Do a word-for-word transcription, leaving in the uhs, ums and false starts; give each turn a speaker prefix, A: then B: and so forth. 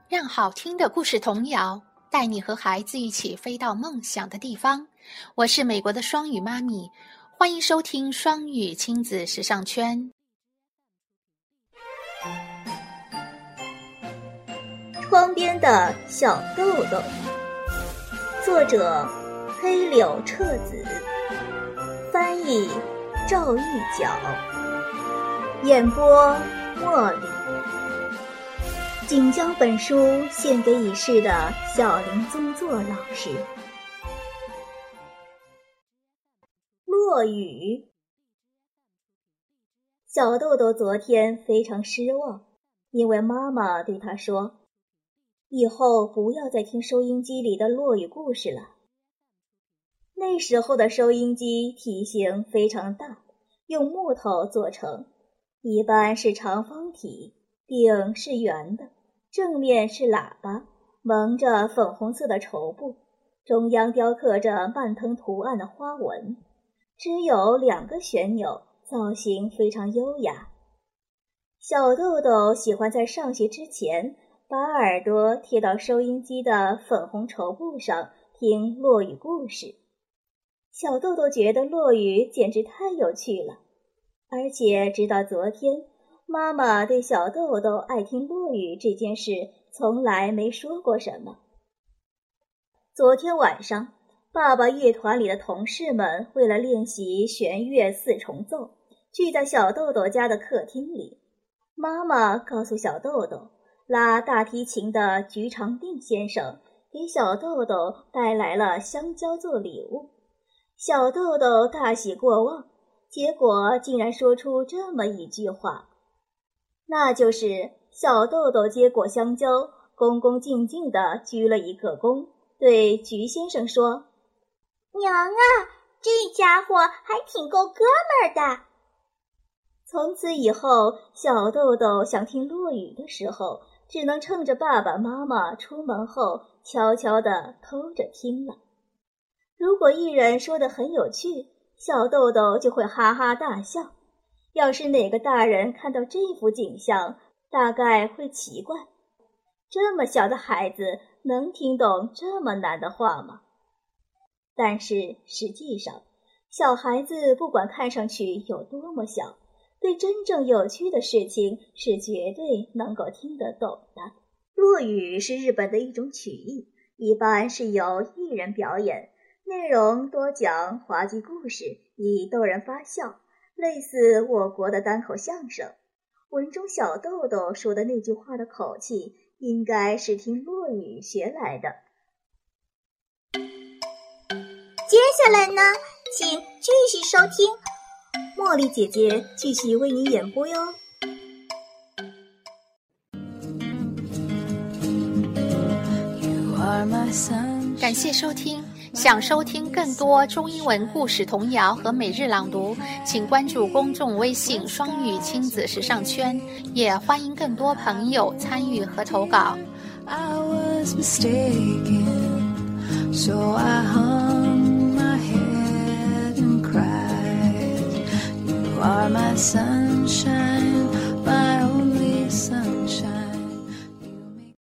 A: 让好听的故事童谣带你和孩子一起飞到梦想的地方。我是美国的双语妈咪，欢迎收听双语亲子时尚圈。
B: 窗边的小豆豆，作者黑柳彻子，翻译赵玉角，演播茉莉。谨将本书献给已逝的小林宗作老师。落雨。小豆豆昨天非常失望，因为妈妈对他说，以后不要再听收音机里的落雨故事了。那时候的收音机体型非常大，用木头做成，一般是长方体，顶是圆的，正面是喇叭，蒙着粉红色的绸布，中央雕刻着蔓藤图案的花纹，只有两个旋钮，造型非常优雅。小豆豆喜欢在上学之前把耳朵贴到收音机的粉红绸布上听落雨故事。小豆豆觉得落雨简直太有趣了，而且直到昨天，妈妈对小豆豆爱听落雨这件事从来没说过什么。昨天晚上，爸爸乐团里的同事们为了练习弦乐四重奏，聚在小豆豆家的客厅里。妈妈告诉小豆豆，拉大提琴的菊长定先生给小豆豆带来了香蕉做礼物。小豆豆大喜过望，结果竟然说出这么一句话，那就是小豆豆接过香蕉，恭恭敬敬地鞠了一个躬，对菊先生说，
C: 娘啊，这家伙还挺够哥们儿的。
B: 从此以后，小豆豆想听落雨的时候，只能趁着爸爸妈妈出门后悄悄地偷着听了。如果一人说得很有趣，小豆豆就会哈哈大笑。要是哪个大人看到这幅景象，大概会奇怪，这么小的孩子能听懂这么难的话吗？但是实际上，小孩子不管看上去有多么小，对真正有趣的事情是绝对能够听得懂的。落语是日本的一种曲艺，一般是由艺人表演，内容多讲滑稽故事，以逗人发笑，类似我国的单口相声。文中小豆豆说的那句话的口气，应该是听落语学来的。
C: 接下来呢，请继续收听
B: 茉莉姐姐继续为你演播哟。
A: 感谢收听，想收听更多中英文故事童谣和每日朗读，请关注公众微信双语亲子时尚圈，也欢迎更多朋友参与和投稿。I was mistaken, so I hung my head and cried. You are my son.